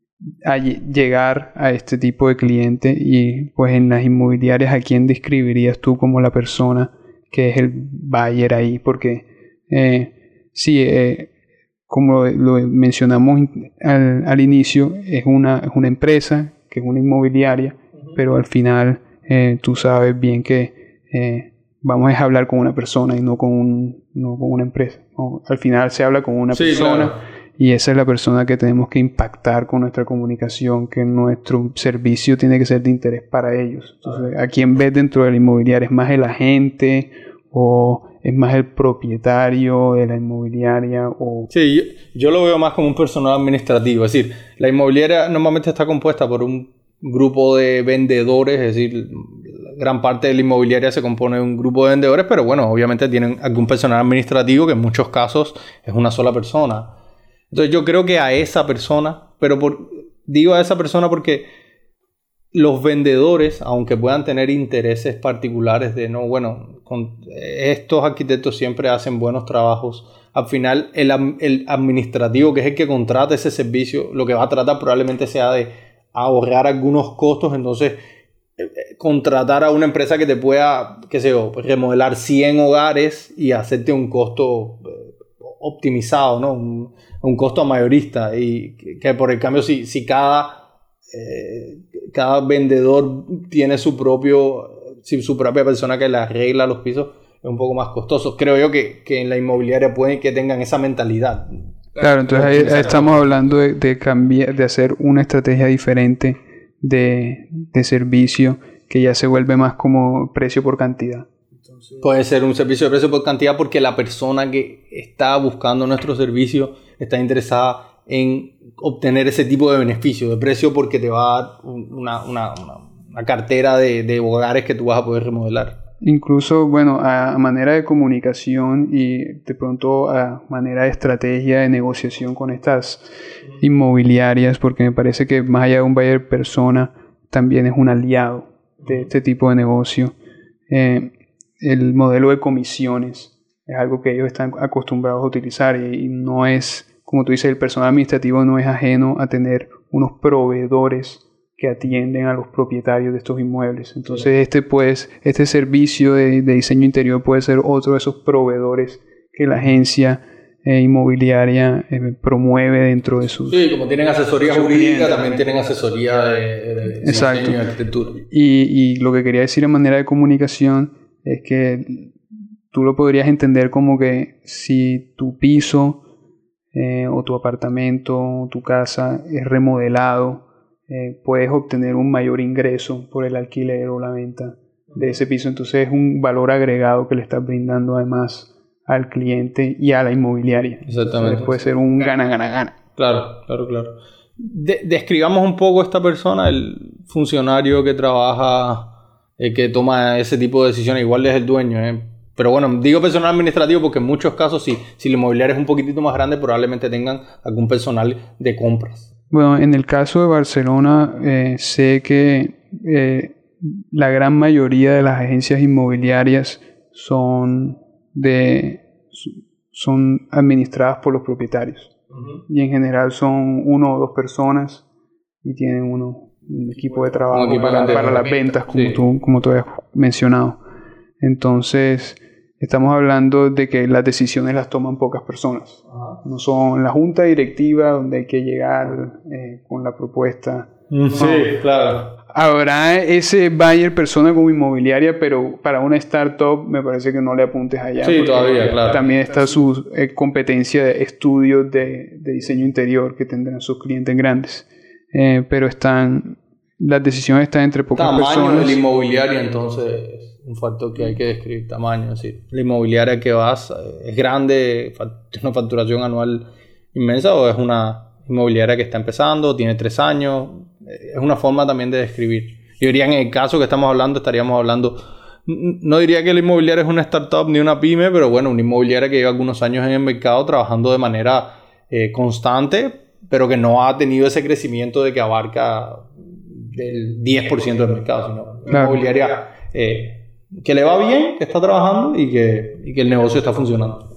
a llegar a este tipo de cliente. Y pues en las inmobiliarias, ¿a quién describirías tú como la persona que es el buyer ahí? Porque eh, sí, eh, como lo mencionamos al, al inicio, es una, es una empresa que es una inmobiliaria, uh-huh. pero al final eh, tú sabes bien que eh, vamos a hablar con una persona y no con, un, no con una empresa. No, al final se habla con una sí, persona. Claro. Y esa es la persona que tenemos que impactar con nuestra comunicación, que nuestro servicio tiene que ser de interés para ellos. Entonces, ¿a quién ves dentro de la inmobiliaria? ¿Es más el agente o es más el propietario de la inmobiliaria? O... Sí, yo, yo lo veo más como un personal administrativo. Es decir, la inmobiliaria normalmente está compuesta por un grupo de vendedores, es decir, gran parte de la inmobiliaria se compone de un grupo de vendedores, pero bueno, obviamente tienen algún personal administrativo que en muchos casos es una sola persona. Entonces yo creo que a esa persona, pero por, digo a esa persona porque los vendedores, aunque puedan tener intereses particulares de no, bueno, con, estos arquitectos siempre hacen buenos trabajos, al final el, el administrativo, que es el que contrata ese servicio, lo que va a tratar probablemente sea de ahorrar algunos costos, entonces contratar a una empresa que te pueda, qué sé yo, remodelar cien hogares y hacerte un costo optimizado, ¿no? Un, un costo mayorista. Y que, que por el cambio, si, si cada, eh, cada vendedor tiene su propio, si su propia persona que le arregla los pisos, es un poco más costoso. Creo yo que, que en la inmobiliaria pueden que tengan esa mentalidad. Claro, entonces ahí, ahí estamos hablando de, de cambiar, de hacer una estrategia diferente de, de servicio que ya se vuelve más como precio por cantidad. Entonces, puede ser un servicio de precio por cantidad porque la persona que está buscando nuestro servicio está interesada en obtener ese tipo de beneficio, de precio, porque te va a dar una, una, una, una cartera de, de hogares que tú vas a poder remodelar. Incluso, bueno, a manera de comunicación y de pronto a manera de estrategia de negociación con estas inmobiliarias, porque me parece que más allá de un buyer persona, también es un aliado de este tipo de negocio. Eh, el modelo de comisiones es algo que ellos están acostumbrados a utilizar y, y no es, como tú dices, el personal administrativo no es ajeno a tener unos proveedores que atienden a los propietarios de estos inmuebles. Entonces este, pues, este servicio de, de diseño interior puede ser otro de esos proveedores que la agencia eh, inmobiliaria eh, promueve dentro de sus... Sí, como tienen asesoría jurídica, también tienen asesoría de, de Exacto. diseño y arquitectura. Y, y lo que quería decir en manera de comunicación es que tú lo podrías entender como que si tu piso eh, o tu apartamento o tu casa es remodelado, Eh, puedes obtener un mayor ingreso por el alquiler o la venta de ese piso. Entonces es un valor agregado que le estás brindando además al cliente y a la inmobiliaria. Exactamente. Entonces puede ser un gana-gana-gana. Claro, claro, claro. De- describamos un poco esta persona, el funcionario que trabaja, el que toma ese tipo de decisiones. Igual es el dueño, ¿eh? Pero bueno, digo personal administrativo porque en muchos casos, si, si la inmobiliaria es un poquitito más grande, probablemente tengan algún personal de compras. Bueno, en el caso de Barcelona, eh, sé que eh, la gran mayoría de las agencias inmobiliarias son, de, son administradas por los propietarios. Uh-huh. Y en general son uno o dos personas y tienen uno, un equipo de trabajo equipo para, para las ventas, como, sí. tú, como tú has mencionado. Entonces, estamos hablando de que las decisiones las toman pocas personas. Ajá. No son la junta directiva donde hay que llegar eh, con la propuesta. Mm, sí, no. Claro. Habrá ese buyer persona como inmobiliaria, pero para una startup me parece que no le apuntes allá. Sí, todavía, claro. También está su eh, competencia de estudios de, de diseño interior que tendrán sus clientes grandes. Eh, pero están, las decisiones están entre pocas tamaño personas. Tamaño del inmobiliario, entonces... un factor que hay que describir, tamaño, es decir, la inmobiliaria que vas es grande, tiene una facturación anual inmensa, o es una inmobiliaria que está empezando, tiene tres años, es una forma también de describir. Yo diría en el caso que estamos hablando, estaríamos hablando, no diría que la inmobiliaria es una startup ni una pyme, pero bueno, una inmobiliaria que lleva algunos años en el mercado trabajando de manera eh, constante, pero que no ha tenido ese crecimiento de que abarca del diez por ciento del mercado, sino una claro. inmobiliaria... Eh, que le va bien, que está trabajando y que, y que el negocio está funcionando.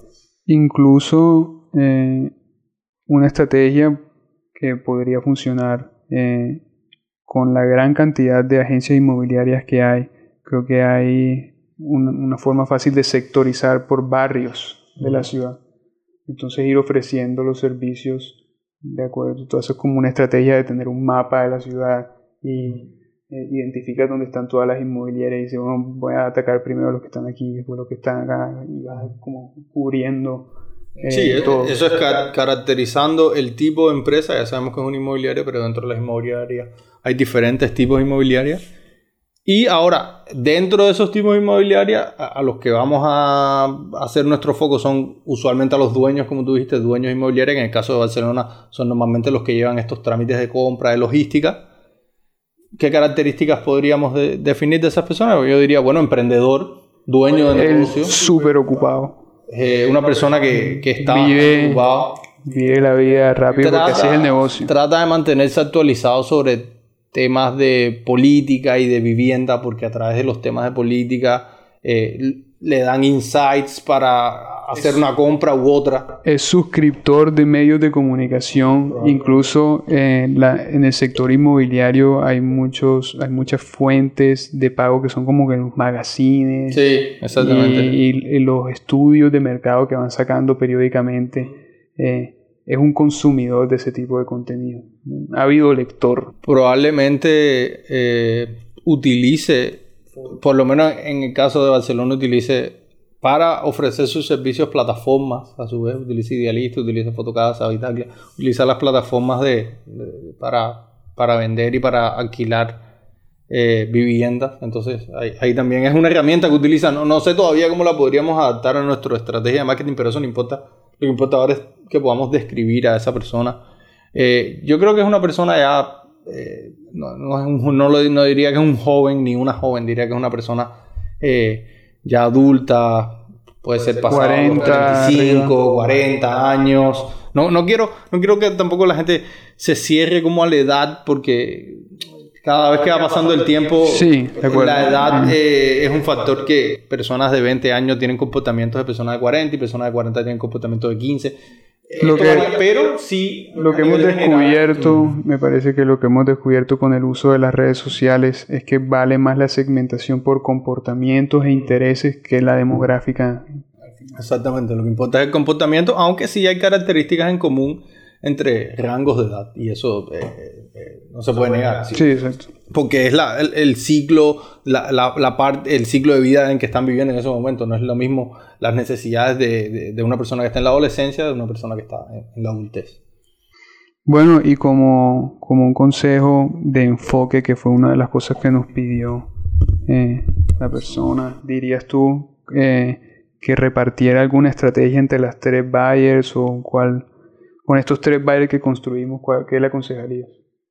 Incluso eh, una estrategia que podría funcionar eh, con la gran cantidad de agencias inmobiliarias que hay, creo que hay una, una forma fácil de sectorizar por barrios de la ciudad. Entonces ir ofreciendo los servicios de acuerdo. Entonces es como una estrategia de tener un mapa de la ciudad y Eh, identificas dónde están todas las inmobiliarias y dices, bueno, voy a atacar primero a los que están aquí, después los que están acá, y vas como cubriendo eh, sí, todo. Eso es car- caracterizando el tipo de empresa. Ya sabemos que es una inmobiliaria, pero dentro de las inmobiliarias hay diferentes tipos de inmobiliarias. Y ahora, dentro de esos tipos de inmobiliarias, a, a los que vamos a hacer nuestro foco son usualmente a los dueños, como tú dijiste, dueños de inmobiliarias, que en el caso de Barcelona son normalmente los que llevan estos trámites de compra, de logística. ¿Qué características podríamos de, definir de esas personas? Yo diría, bueno, emprendedor, dueño de negocio. Súper ocupado. Eh, una persona que, que está vive, ocupado. Vive la vida rápido trata, porque así es el negocio. Trata de mantenerse actualizado sobre temas de política y de vivienda, porque a través de los temas de política, eh, le dan insights para hacer una compra u otra. Es suscriptor de medios de comunicación. Claro. Incluso eh, la, en el sector inmobiliario hay muchos hay muchas fuentes de pago que son como que los magazines. Sí, exactamente. Y, y, y los estudios de mercado que van sacando periódicamente. Eh, es un consumidor de ese tipo de contenido. Un ávido lector. Probablemente eh, utilice, por lo menos en el caso de Barcelona, utilice para ofrecer sus servicios plataformas, a su vez utiliza Idealista, utiliza Fotocasa, Habitaclia, utiliza las plataformas de, de, para, para vender y para alquilar eh, viviendas. Entonces ahí, ahí también es una herramienta que utiliza. No, no sé todavía cómo la podríamos adaptar a nuestra estrategia de marketing, pero eso no importa. Lo que importa ahora es que podamos describir a esa persona. Eh, yo creo que es una persona ya, eh, no, no, es un, no, lo, no diría que es un joven ni una joven, diría que es una persona eh, ya adulta, puede ser pasado cuarenta, treinta y cinco, cuarenta años. No, no, quiero, no quiero que tampoco la gente se cierre como a la edad, porque cada vez que va pasando el tiempo, sí, la edad eh, es un factor que personas de veinte años tienen comportamientos de personas de cuarenta y personas de cuarenta tienen comportamientos de quince. Lo que, vale, pero sí, lo que hemos descubierto, general, me parece que lo que hemos descubierto con el uso de las redes sociales es que vale más la segmentación por comportamientos e intereses que la demográfica. Exactamente, lo que importa es el comportamiento, aunque sí hay características en común entre rangos de edad, y eso eh, eh, no se puede negar. ¿sí? Sí, exacto. Porque es la, el, el ciclo, la, la, la parte, el ciclo de vida en que están viviendo en ese momento. No es lo mismo las necesidades de, de, de una persona que está en la adolescencia de una persona que está en, en la adultez. Bueno, y como, como un consejo de enfoque, que fue una de las cosas que nos pidió eh, la persona, dirías tú eh, que repartiera alguna estrategia entre las tres buyers, o cuál, con estos tres buyers que construimos, ¿cuál, qué le aconsejarías?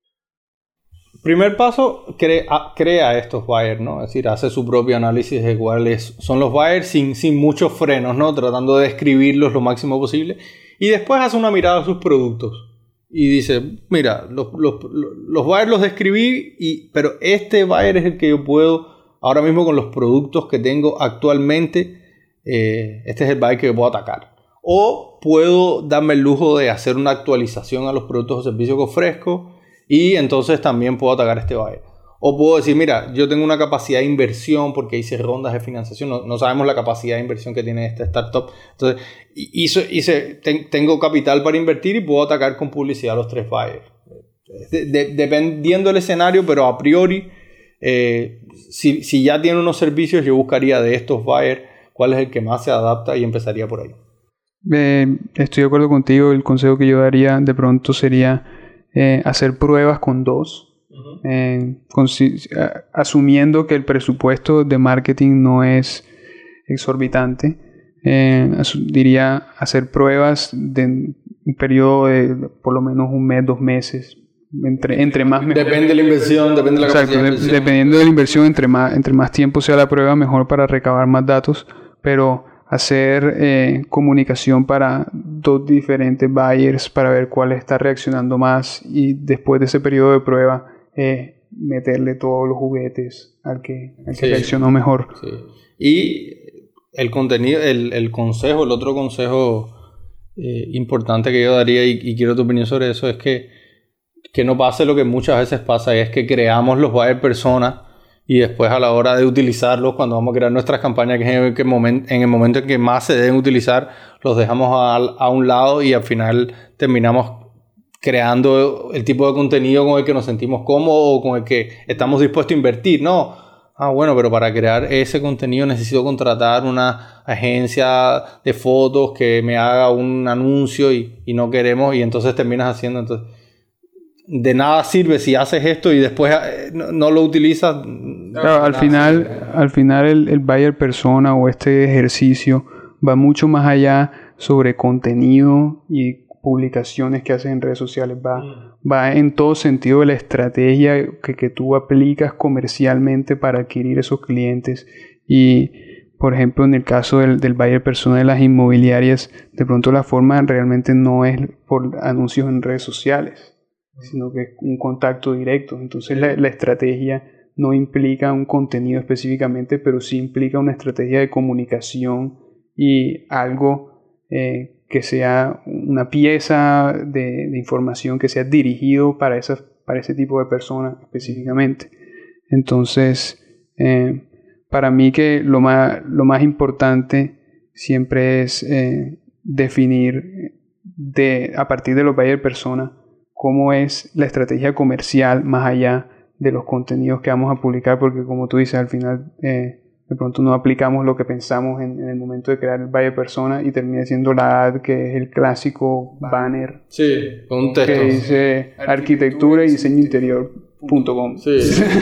Primer paso, crea, crea estos buyers, ¿no? Es decir, hace su propio análisis de cuáles son los buyers sin, sin muchos frenos, ¿no? Tratando de describirlos lo máximo posible. Y después hace una mirada a sus productos. Y dice, mira, los, los, los buyers los describí, y, pero este buyer es el que yo puedo, ahora mismo con los productos que tengo actualmente, eh, este es el buyer que yo puedo atacar. O puedo darme el lujo de hacer una actualización a los productos o servicios que ofrezco, y entonces también puedo atacar este buyer. O puedo decir, mira, yo tengo una capacidad de inversión porque hice rondas de financiación. No, no sabemos la capacidad de inversión que tiene esta startup. Entonces, hice, hice, ten, tengo capital para invertir y puedo atacar con publicidad a los tres buyers. De, de, dependiendo del escenario, pero a priori, eh, si, si ya tiene unos servicios, yo buscaría de estos buyers cuál es el que más se adapta y empezaría por ahí. Eh, estoy de acuerdo contigo. El consejo que yo daría de pronto sería eh, hacer pruebas con dos. Uh-huh. eh, con, asumiendo que el presupuesto de marketing no es exorbitante, eh, diría hacer pruebas de un periodo de por lo menos un mes, dos meses. Entre, entre más mejor. Depende de la inversión, depende de la Exacto, capacidad de inversión. Dependiendo de la inversión, entre más, entre más tiempo sea la prueba, mejor para recabar más datos, pero hacer eh, comunicación para dos diferentes buyers para ver cuál está reaccionando más, y después de ese periodo de prueba eh, meterle todos los juguetes al que, al que sí, reaccionó mejor. Sí. Y el contenido, el, el consejo, el otro consejo eh, importante que yo daría, y, y quiero tu opinión sobre eso, es que, que no pase lo que muchas veces pasa, y es que creamos los buyers personas y después a la hora de utilizarlos, cuando vamos a crear nuestras campañas, que en el, momento, en el momento en que más se deben utilizar, los dejamos a, a un lado y al final terminamos creando el tipo de contenido con el que nos sentimos cómodos o con el que estamos dispuestos a invertir. No, ah, bueno, pero para crear ese contenido necesito contratar una agencia de fotos que me haga un anuncio y, y no queremos, y entonces terminas haciendo... entonces de nada sirve si haces esto y después no, no lo utilizas. Claro, al final, al final el, el buyer persona o este ejercicio va mucho más allá sobre contenido y publicaciones que haces en redes sociales. Va, mm. va en todo sentido de la estrategia que, que tú aplicas comercialmente para adquirir esos clientes. Y por ejemplo, en el caso del, del buyer persona de las inmobiliarias, de pronto la forma realmente no es por anuncios en redes sociales, sino que es un contacto directo. Entonces la, la estrategia no implica un contenido específicamente, pero sí implica una estrategia de comunicación y algo eh, que sea una pieza de, de información que sea dirigido para, esa, para ese tipo de personas específicamente. Entonces, eh, para mí que lo más, lo más importante siempre es eh, definir de, a partir de los buyer persona cómo es la estrategia comercial más allá de los contenidos que vamos a publicar, porque como tú dices, al final eh, de pronto no aplicamos lo que pensamos en, en el momento de crear el buyer persona y termina siendo la ad que es el clásico banner, sí, con un texto que dice arquitectura y diseño interior punto com. Sí.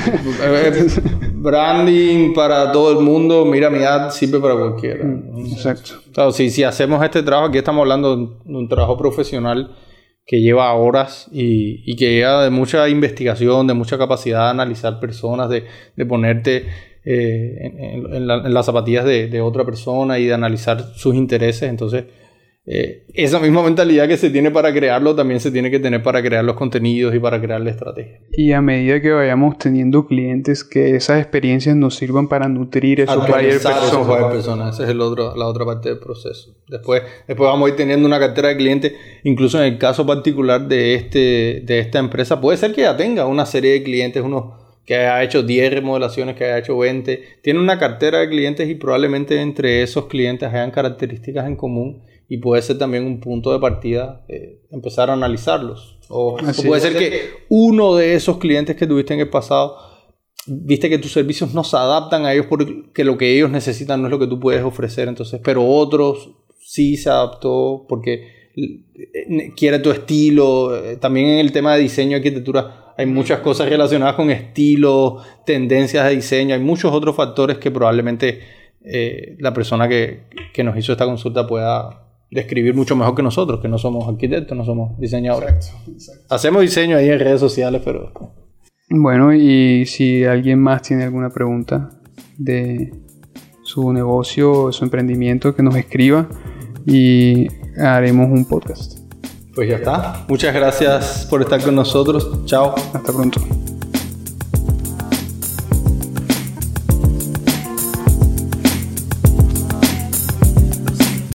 Branding para todo el mundo. Mira, mi ad sirve para cualquiera. Mm, exacto. Claro, si, si hacemos este trabajo, aquí estamos hablando de un trabajo profesional que lleva horas y, y que lleva de mucha investigación, de mucha capacidad de analizar personas, de, de ponerte eh, en, en, la, en las zapatillas de, de otra persona y de analizar sus intereses. Entonces, eh, esa misma mentalidad que se tiene para crearlo, también se tiene que tener para crear los contenidos y para crear la estrategia. Y a medida que vayamos teniendo clientes, que esas experiencias nos sirvan para nutrir esos buyer personas. personas. Esa es el otro, la otra parte del proceso. Después, después vamos a ir teniendo una cartera de clientes. Incluso en el caso particular de, este, de esta empresa, puede ser que ya tenga una serie de clientes, unos que haya hecho diez remodelaciones, que haya hecho veinte. Tiene una cartera de clientes y probablemente entre esos clientes hayan características en común. Y puede ser también un punto de partida eh, empezar a analizarlos. O, o puede ser que uno de esos clientes que tuviste en el pasado, viste que tus servicios no se adaptan a ellos porque lo que ellos necesitan no es lo que tú puedes ofrecer. Entonces, pero otros sí se adaptó porque quiere tu estilo. También en el tema de diseño y arquitectura hay muchas cosas relacionadas con estilo, tendencias de diseño. Hay muchos otros factores que probablemente eh, la persona que, que nos hizo esta consulta pueda describir mucho mejor que nosotros, que no somos arquitectos, no somos diseñadores. Exacto, exacto. Hacemos diseño ahí en redes sociales, pero... Bueno, y si alguien más tiene alguna pregunta de su negocio o su emprendimiento, que nos escriba y haremos un podcast. Pues ya está. Muchas gracias por estar con nosotros. Chao. Hasta pronto.